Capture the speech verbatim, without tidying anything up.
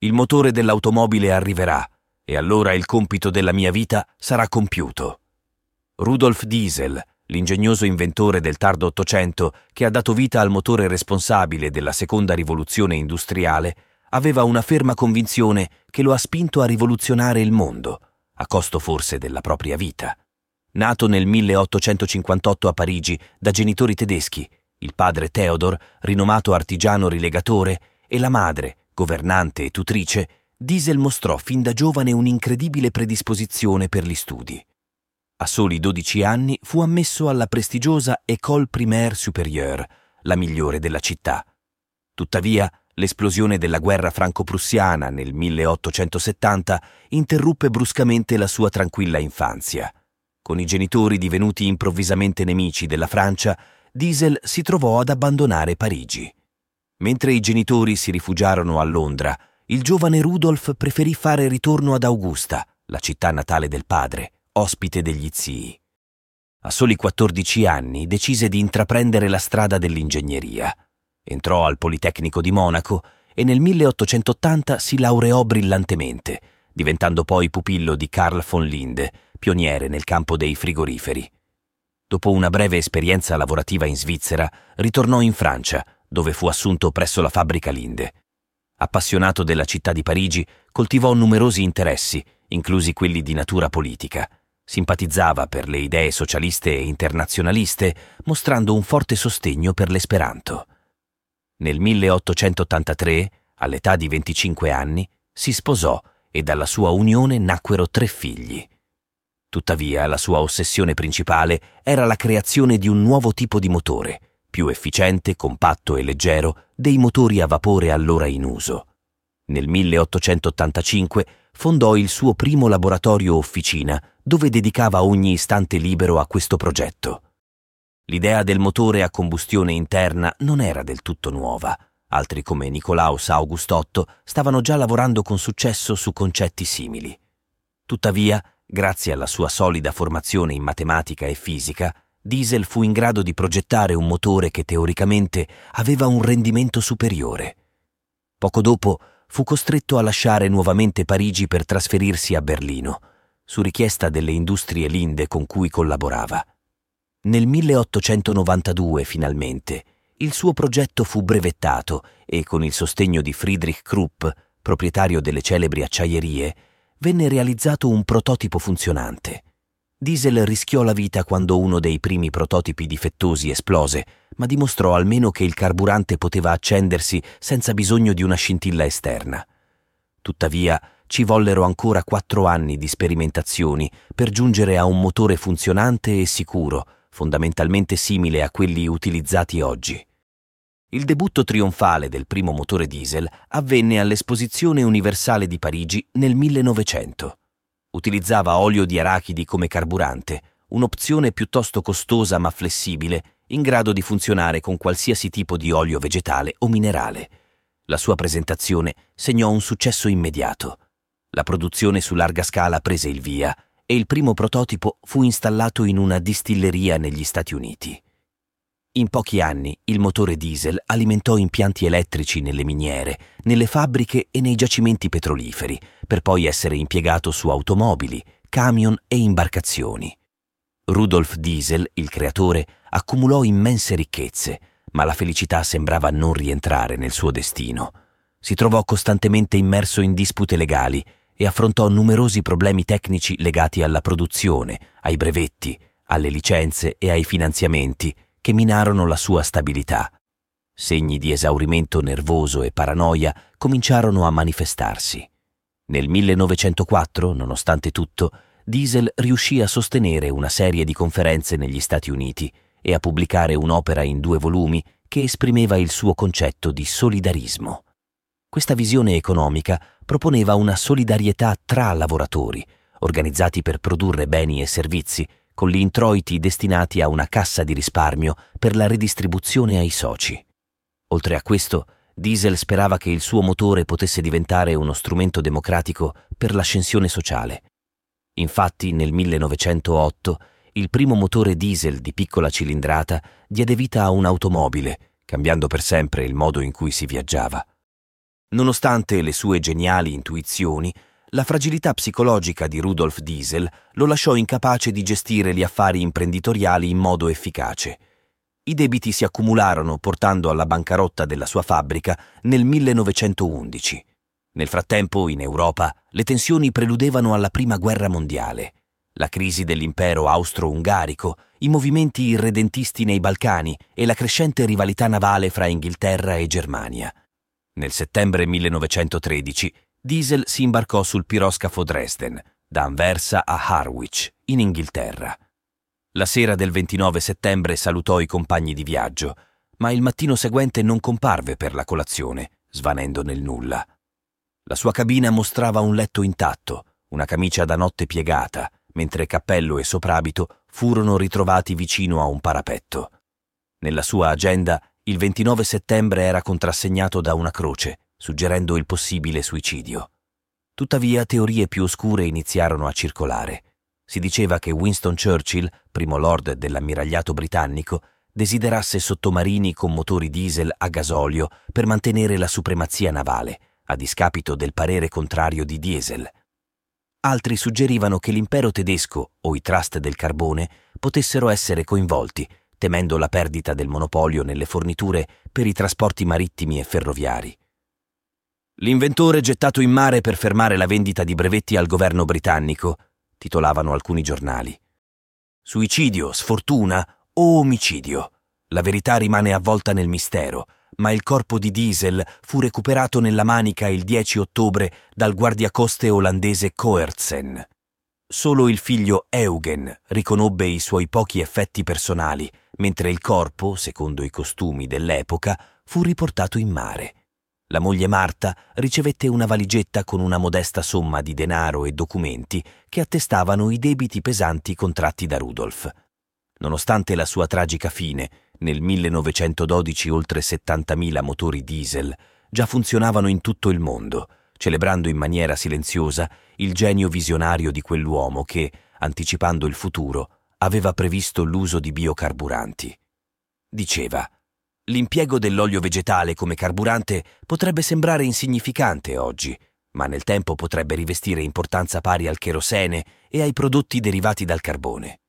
Il motore dell'automobile arriverà e allora il compito della mia vita sarà compiuto. Rudolf Diesel, l'ingegnoso inventore del tardo Ottocento che ha dato vita al motore responsabile della seconda rivoluzione industriale, aveva una ferma convinzione che lo ha spinto a rivoluzionare il mondo, a costo forse della propria vita. Nato nel milleottocentocinquantotto a Parigi da genitori tedeschi, il padre Theodor, rinomato artigiano rilegatore, e la madre, governante e tutrice, Diesel mostrò fin da giovane un'incredibile predisposizione per gli studi. A soli dodici anni fu ammesso alla prestigiosa École Primaire Supérieure, la migliore della città. Tuttavia, l'esplosione della guerra franco-prussiana nel milleottocentosettanta interruppe bruscamente la sua tranquilla infanzia. Con i genitori divenuti improvvisamente nemici della Francia, Diesel si trovò ad abbandonare Parigi. Mentre i genitori si rifugiarono a Londra, il giovane Rudolf preferì fare ritorno ad Augusta, la città natale del padre, ospite degli zii. A soli quattordici anni decise di intraprendere la strada dell'ingegneria. Entrò al Politecnico di Monaco e nel milleottocentottanta si laureò brillantemente, diventando poi pupillo di Carl von Linde, pioniere nel campo dei frigoriferi. Dopo una breve esperienza lavorativa in Svizzera, ritornò in Francia, dove fu assunto presso la fabbrica Linde. Appassionato della città di Parigi, coltivò numerosi interessi, inclusi quelli di natura politica. Simpatizzava per le idee socialiste e internazionaliste, mostrando un forte sostegno per l'esperanto. Nel milleottocentottantatré, all'età di venticinque anni, si sposò e dalla sua unione nacquero tre figli. Tuttavia, la sua ossessione principale era la creazione di un nuovo tipo di motore, più efficiente, compatto e leggero dei motori a vapore allora in uso. Nel milleottocentottantacinque fondò il suo primo laboratorio officina, dove dedicava ogni istante libero a questo progetto. L'idea del motore a combustione interna non era del tutto nuova. Altri come Nicolaus August Otto stavano già lavorando con successo su concetti simili. Tuttavia, grazie alla sua solida formazione in matematica e fisica, Diesel fu in grado di progettare un motore che teoricamente aveva un rendimento superiore. Poco dopo fu costretto a lasciare nuovamente Parigi per trasferirsi a Berlino, su richiesta delle industrie Linde con cui collaborava. Nel milleottocentonovantadue, finalmente, il suo progetto fu brevettato e, con il sostegno di Friedrich Krupp, proprietario delle celebri acciaierie, venne realizzato un prototipo funzionante. Diesel rischiò la vita quando uno dei primi prototipi difettosi esplose, ma dimostrò almeno che il carburante poteva accendersi senza bisogno di una scintilla esterna. Tuttavia, ci vollero ancora quattro anni di sperimentazioni per giungere a un motore funzionante e sicuro, fondamentalmente simile a quelli utilizzati oggi. Il debutto trionfale del primo motore diesel avvenne all'Esposizione Universale di Parigi nel millenovecento. Utilizzava olio di arachidi come carburante, un'opzione piuttosto costosa ma flessibile, in grado di funzionare con qualsiasi tipo di olio vegetale o minerale. La sua presentazione segnò un successo immediato. La produzione su larga scala prese il via e il primo prototipo fu installato in una distilleria negli Stati Uniti. In pochi anni il motore diesel alimentò impianti elettrici nelle miniere, nelle fabbriche e nei giacimenti petroliferi, per poi essere impiegato su automobili, camion e imbarcazioni. Rudolf Diesel, il creatore, accumulò immense ricchezze, ma la felicità sembrava non rientrare nel suo destino. Si trovò costantemente immerso in dispute legali e affrontò numerosi problemi tecnici legati alla produzione, ai brevetti, alle licenze e ai finanziamenti, che minarono la sua stabilità. Segni di esaurimento nervoso e paranoia cominciarono a manifestarsi. Nel millenovecentoquattro, nonostante tutto, Diesel riuscì a sostenere una serie di conferenze negli Stati Uniti e a pubblicare un'opera in due volumi che esprimeva il suo concetto di solidarismo. Questa visione economica proponeva una solidarietà tra lavoratori, organizzati per produrre beni e servizi, con gli introiti destinati a una cassa di risparmio per la redistribuzione ai soci. Oltre a questo, Diesel sperava che il suo motore potesse diventare uno strumento democratico per l'ascensione sociale. Infatti, nel millenovecentootto, il primo motore diesel di piccola cilindrata diede vita a un'automobile, cambiando per sempre il modo in cui si viaggiava. Nonostante le sue geniali intuizioni, la fragilità psicologica di Rudolf Diesel lo lasciò incapace di gestire gli affari imprenditoriali in modo efficace. I debiti si accumularono portando alla bancarotta della sua fabbrica nel millenovecentoundici. Nel frattempo, in Europa, le tensioni preludevano alla Prima Guerra Mondiale. La crisi dell'impero austro-ungarico, i movimenti irredentisti nei Balcani e la crescente rivalità navale fra Inghilterra e Germania. Nel settembre millenovecentotredici, Diesel si imbarcò sul piroscafo Dresden, da Anversa a Harwich, in Inghilterra. La sera del ventinove settembre salutò i compagni di viaggio, ma il mattino seguente non comparve per la colazione, svanendo nel nulla. La sua cabina mostrava un letto intatto, una camicia da notte piegata, mentre cappello e soprabito furono ritrovati vicino a un parapetto. Nella sua agenda, il ventinove settembre era contrassegnato da una croce, suggerendo il possibile suicidio. Tuttavia, teorie più oscure iniziarono a circolare. Si diceva che Winston Churchill, primo lord dell'ammiragliato britannico, desiderasse sottomarini con motori diesel a gasolio per mantenere la supremazia navale, a discapito del parere contrario di Diesel. Altri suggerivano che l'impero tedesco o i trust del carbone potessero essere coinvolti, temendo la perdita del monopolio nelle forniture per i trasporti marittimi e ferroviari. L'inventore gettato in mare per fermare la vendita di brevetti al governo britannico, titolavano alcuni giornali. Suicidio, sfortuna o omicidio? La verità rimane avvolta nel mistero, ma il corpo di Diesel fu recuperato nella Manica il dieci ottobre dal guardiacoste olandese Coertsen. Solo il figlio Eugen riconobbe i suoi pochi effetti personali, mentre il corpo, secondo i costumi dell'epoca, fu riportato in mare. La moglie Marta ricevette una valigetta con una modesta somma di denaro e documenti che attestavano i debiti pesanti contratti da Rudolf. Nonostante la sua tragica fine, nel millenovecentododici oltre settantamila motori diesel già funzionavano in tutto il mondo, celebrando in maniera silenziosa il genio visionario di quell'uomo che, anticipando il futuro, aveva previsto l'uso di biocarburanti. Diceva: «L'impiego dell'olio vegetale come carburante potrebbe sembrare insignificante oggi, ma nel tempo potrebbe rivestire importanza pari al cherosene e ai prodotti derivati dal carbone.